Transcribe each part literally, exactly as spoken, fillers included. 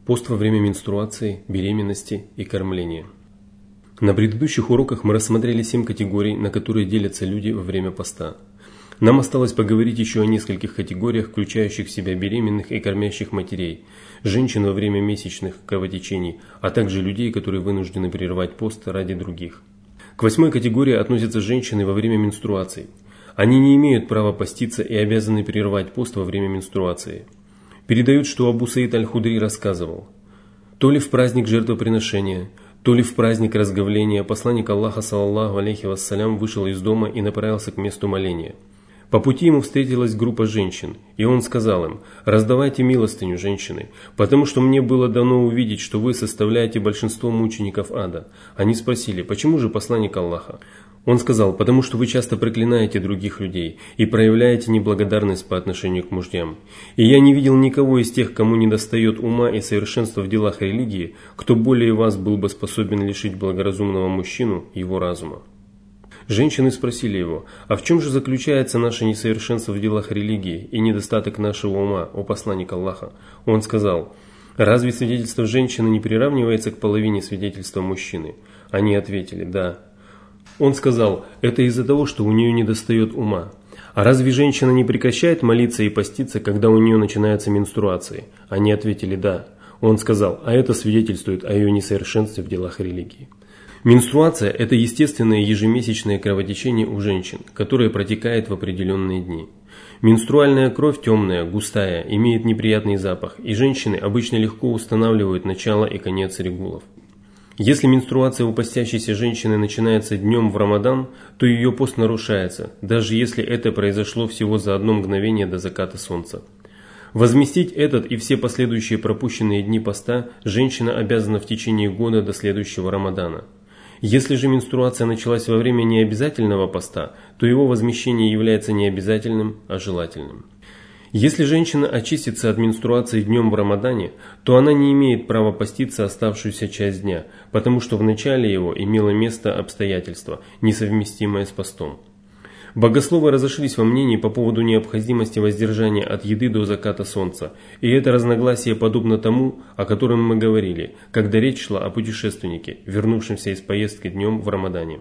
Пост во время менструации, беременности и кормления. На предыдущих уроках мы рассмотрели семь категорий, на которые делятся люди во время поста. Нам осталось поговорить еще о нескольких категориях, включающих в себя беременных и кормящих матерей, женщин во время месячных кровотечений, а также людей, которые вынуждены прервать пост ради других. К восьмой категории относятся женщины во время менструаций. Они не имеют права поститься и обязаны прервать пост во время менструации. Передают, что Абу Саид аль-Худри рассказывал: то ли в праздник жертвоприношения, то ли в праздник разговления посланник Аллаха саллаллаху алейхи вассалям вышел из дома и направился к месту моления. По пути ему встретилась группа женщин, и он сказал им: «Раздавайте милостыню, женщины, потому что мне было дано увидеть, что вы составляете большинство мучеников ада». Они спросили: «Почему же посланник Аллаха?» Он сказал: «Потому что вы часто проклинаете других людей и проявляете неблагодарность по отношению к мужьям. И я не видел никого из тех, кому недостает ума и совершенства в делах религии, кто более вас был бы способен лишить благоразумного мужчину его разума». Женщины спросили его: «А в чем же заключается наше несовершенство в делах религии и недостаток нашего ума, о посланник Аллаха?» Он сказал: «Разве свидетельство женщины не приравнивается к половине свидетельства мужчины?» Они ответили: «Да». Он сказал: «Это из-за того, что у нее недостает ума. А разве женщина не прекращает молиться и поститься, когда у нее начинаются менструации?» Они ответили: «Да». Он сказал: «А это свидетельствует о ее несовершенстве в делах религии». Менструация – это естественное ежемесячное кровотечение у женщин, которое протекает в определенные дни. Менструальная кровь темная, густая, имеет неприятный запах, и женщины обычно легко устанавливают начало и конец регулов. Если менструация у постящейся женщины начинается днем в Рамадан, то ее пост нарушается, даже если это произошло всего за одно мгновение до заката солнца. Возместить этот и все последующие пропущенные дни поста женщина обязана в течение года до следующего Рамадана. Если же менструация началась во время необязательного поста, то его возмещение является не обязательным, а желательным. Если женщина очистится от менструации днем в Рамадане, то она не имеет права поститься оставшуюся часть дня, потому что в начале его имело место обстоятельство, несовместимое с постом. Богословы разошлись во мнении по поводу необходимости воздержания от еды до заката солнца, и это разногласие подобно тому, о котором мы говорили, когда речь шла о путешественнике, вернувшемся из поездки днем в Рамадане.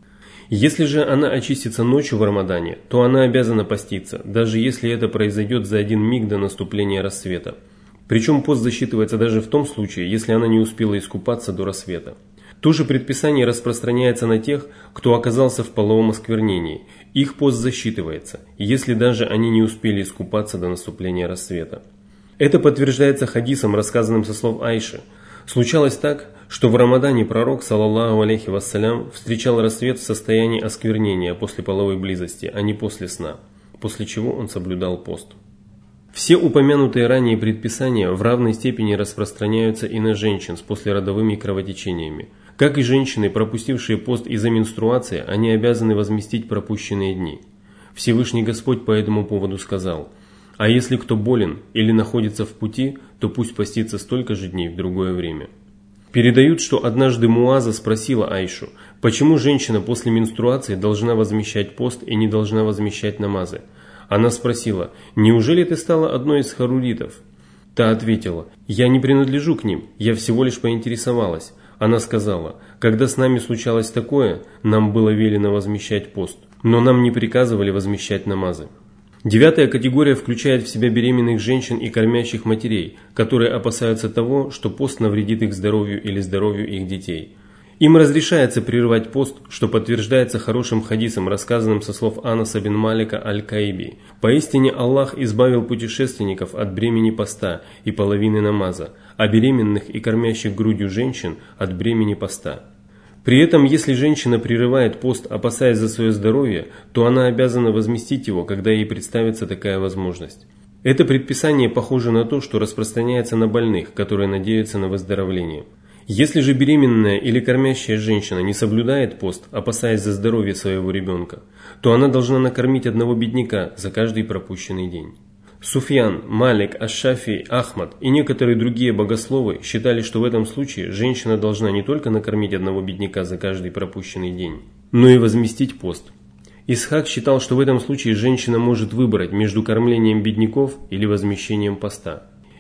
Если же она очистится ночью в Рамадане, то она обязана поститься, даже если это произойдет за один миг до наступления рассвета. Причем пост засчитывается даже в том случае, если она не успела искупаться до рассвета. То же предписание распространяется на тех, кто оказался в половом осквернении. Их пост засчитывается, если даже они не успели искупаться до наступления рассвета. Это подтверждается хадисом, рассказанным со слов Айши. Случалось так, что в Рамадане пророк, саллаллаху алейхи вассалям, встречал рассвет в состоянии осквернения после половой близости, а не после сна, после чего он соблюдал пост. Все упомянутые ранее предписания в равной степени распространяются и на женщин с послеродовыми кровотечениями. Как и женщины, пропустившие пост из-за менструации, они обязаны возместить пропущенные дни. Всевышний Господь по этому поводу сказал: «А если кто болен или находится в пути, то пусть постится столько же дней в другое время». Передают, что однажды Муаза спросила Айшу, почему женщина после менструации должна возмещать пост и не должна возмещать намазы. Она спросила: «Неужели ты стала одной из харуритов?» Та ответила: «Я не принадлежу к ним, я всего лишь поинтересовалась». Она сказала: «Когда с нами случалось такое, нам было велено возмещать пост, но нам не приказывали возмещать намазы». Девятая категория включает в себя беременных женщин и кормящих матерей, которые опасаются того, что пост навредит их здоровью или здоровью их детей. Им разрешается прерывать пост, что подтверждается хорошим хадисом, рассказанным со слов Анаса бин Малика аль-Каиби. «Поистине Аллах избавил путешественников от бремени поста и половины намаза, а беременных и кормящих грудью женщин от бремени поста». При этом, если женщина прерывает пост, опасаясь за свое здоровье, то она обязана возместить его, когда ей представится такая возможность. Это предписание похоже на то, что распространяется на больных, которые надеются на выздоровление. Если же беременная или кормящая женщина не соблюдает пост, опасаясь за здоровье своего ребенка, то она должна накормить одного бедняка за каждый пропущенный день. Суфьян, Малик, Аш-Шафи, Ахмад и некоторые другие богословы считали, что в этом случае женщина должна не только накормить одного бедняка за каждый пропущенный день, но и возместить пост. Исхак считал, что в этом случае женщина может выбрать между кормлением бедняков или возмещением поста.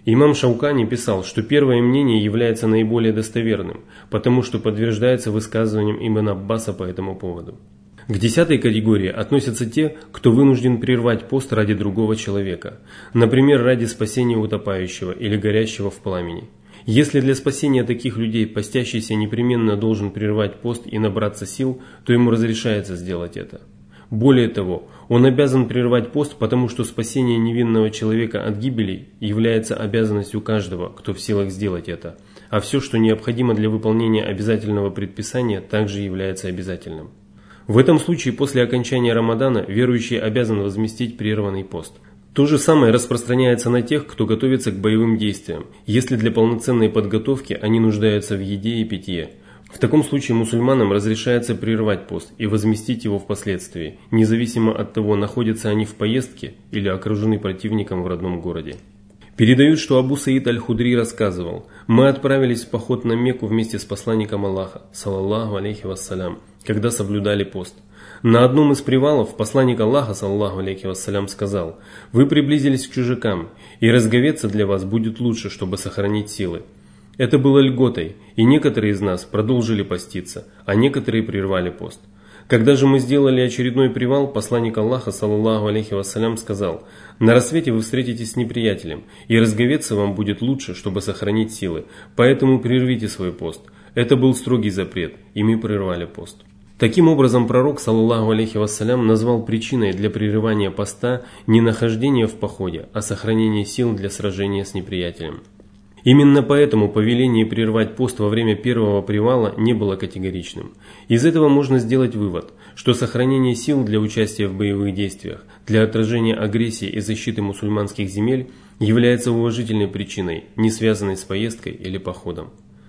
Имам Шаукани писал, что первое мнение является наиболее достоверным, потому что подтверждается высказыванием Ибн Аббаса по этому поводу. К десятой категории относятся те, кто вынужден прервать пост ради другого человека, например, ради спасения утопающего или горящего в пламени. Если для спасения таких людей постящийся непременно должен прервать пост и набраться сил, то ему разрешается сделать это. Более того, он обязан прервать пост, потому что спасение невинного человека от гибели является обязанностью каждого, кто в силах сделать это, а все, что необходимо для выполнения обязательного предписания, также является обязательным. В этом случае после окончания Рамадана верующий обязан возместить прерванный пост. То же самое распространяется на тех, кто готовится к боевым действиям, если для полноценной подготовки они нуждаются в еде и питье. В таком случае мусульманам разрешается прервать пост и возместить его впоследствии, независимо от того, находятся они в поездке или окружены противником в родном городе. Передают, что Абу Саид аль-Худри рассказывал: «Мы отправились в поход на Мекку вместе с посланником Аллаха, саллаллаху алейхи вассалям, когда соблюдали пост. На одном из привалов посланник Аллаха, саллаллаху алейхи вассалям, сказал: «Вы приблизились к чужакам, и разговеться для вас будет лучше, чтобы сохранить силы». Это было льготой, и некоторые из нас продолжили поститься, а некоторые прервали пост. Когда же мы сделали очередной привал, посланник Аллаха, саллаллаху алейхи вассалям, сказал: «На рассвете вы встретитесь с неприятелем, и разговеться вам будет лучше, чтобы сохранить силы, поэтому прервите свой пост». Это был строгий запрет, и мы прервали пост. Таким образом, пророк, саллаллаху алейхи вассалям, назвал причиной для прерывания поста не нахождение в походе, а сохранение сил для сражения с неприятелем. Именно поэтому повеление прервать пост во время первого привала не было категоричным. Из этого можно сделать вывод, что сохранение сил для участия в боевых действиях, для отражения агрессии и защиты мусульманских земель является уважительной причиной, не связанной с поездкой или походом.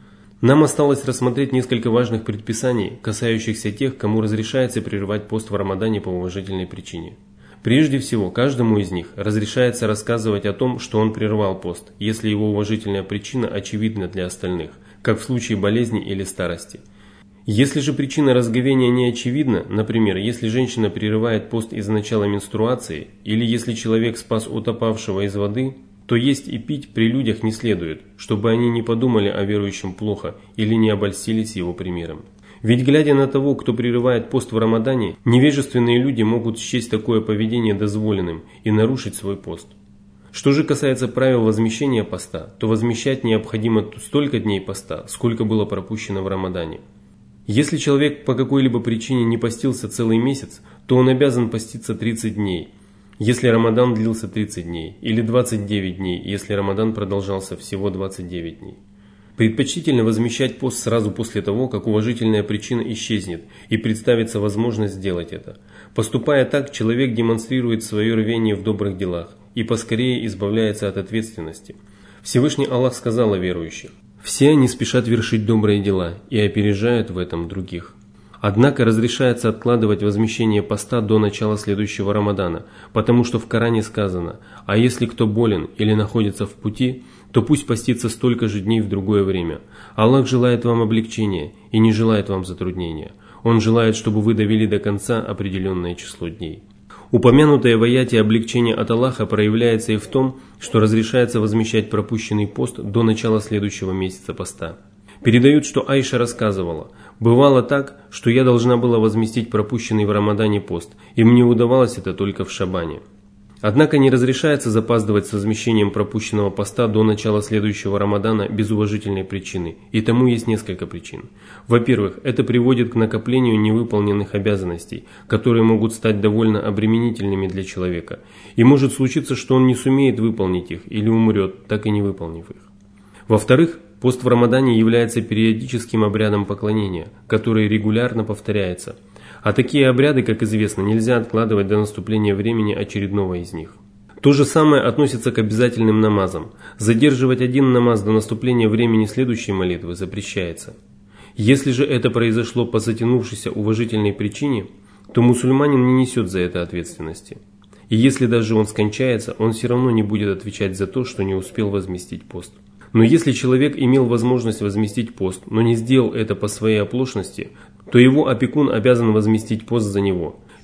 Нам осталось рассмотреть несколько важных предписаний, касающихся тех, кому разрешается прервать пост в Рамадане по уважительной причине. Прежде всего, каждому из них разрешается рассказывать о том, что он прервал пост, если его уважительная причина очевидна для остальных, как в случае болезни или старости. Если же причина разговения не очевидна, например, если женщина прерывает пост из-за начала менструации, или если человек спас утопавшего из воды, то есть и пить при людях не следует, чтобы они не подумали о верующем плохо или не обольстились его примером. Ведь глядя на того, кто прерывает пост в Рамадане, невежественные люди могут счесть такое поведение дозволенным и нарушить свой пост. Что же касается правил возмещения поста, то возмещать необходимо столько дней поста, сколько было пропущено в Рамадане. Если человек по какой-либо причине не постился целый месяц, то он обязан поститься тридцать дней, если Рамадан длился тридцать дней, или двадцать девять дней, если Рамадан продолжался всего двадцать девять дней. Предпочтительно возмещать пост сразу после того, как уважительная причина исчезнет и представится возможность сделать это. Поступая так, человек демонстрирует свое рвение в добрых делах и поскорее избавляется от ответственности. Всевышний Аллах сказал о верующих: «Все они спешат вершить добрые дела и опережают в этом других». Однако разрешается откладывать возмещение поста до начала следующего Рамадана, потому что в Коране сказано: «А если кто болен или находится в пути, то пусть постится столько же дней в другое время. Аллах желает вам облегчения и не желает вам затруднения. Он желает, чтобы вы довели до конца определенное число дней». Упомянутое в аяте облегчение от Аллаха проявляется и в том, что разрешается возмещать пропущенный пост до начала следующего месяца поста. Передают, что Айша рассказывала: «Бывало так, что я должна была возместить пропущенный в Рамадане пост, и мне удавалось это только в Шабане». Однако не разрешается запаздывать с возмещением пропущенного поста до начала следующего Рамадана без уважительной причины, и тому есть несколько причин. Во-первых, это приводит к накоплению невыполненных обязанностей, которые могут стать довольно обременительными для человека, и может случиться, что он не сумеет выполнить их или умрет, так и не выполнив их. Во-вторых, пост в Рамадане является периодическим обрядом поклонения, который регулярно повторяется. А такие обряды, как известно, нельзя откладывать до наступления времени очередного из них. То же самое относится к обязательным намазам. Задерживать один намаз до наступления времени следующей молитвы запрещается. Если же это произошло по затянувшейся уважительной причине, то мусульманин не несет за это ответственности. И если даже он скончается, он все равно не будет отвечать за то, что не успел возместить пост. Но если человек имел возможность возместить пост, но не сделал это по своей оплошности, то его опекун обязан возместить пост за него.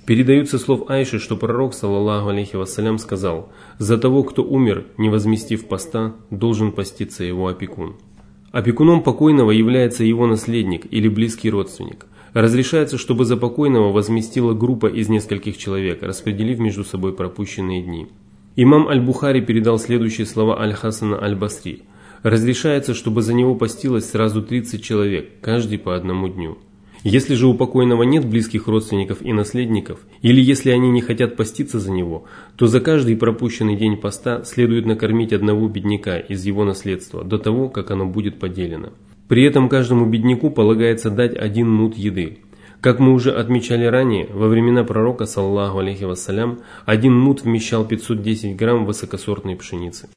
Передаются слов Айши, что пророк, саллаллаху алейхи вассалям, сказал: «За того, кто умер, не возместив поста, должен поститься его опекун». Опекуном покойного является его наследник или близкий родственник. Разрешается, чтобы за покойного возместила группа из нескольких человек, распределив между собой пропущенные дни. Имам Аль-Бухари передал следующие слова Аль-Хасана Аль-Басри: «Разрешается, чтобы за него постилось сразу тридцать человек, каждый по одному дню». Если же у покойного нет близких родственников и наследников, или если они не хотят поститься за него, то за каждый пропущенный день поста следует накормить одного бедняка из его наследства до того, как оно будет поделено. При этом каждому бедняку полагается дать один муд еды. Как мы уже отмечали ранее, во времена пророка, саллаллаху алейхи вассалям, один муд вмещал пятьсот десять грамм высокосортной пшеницы.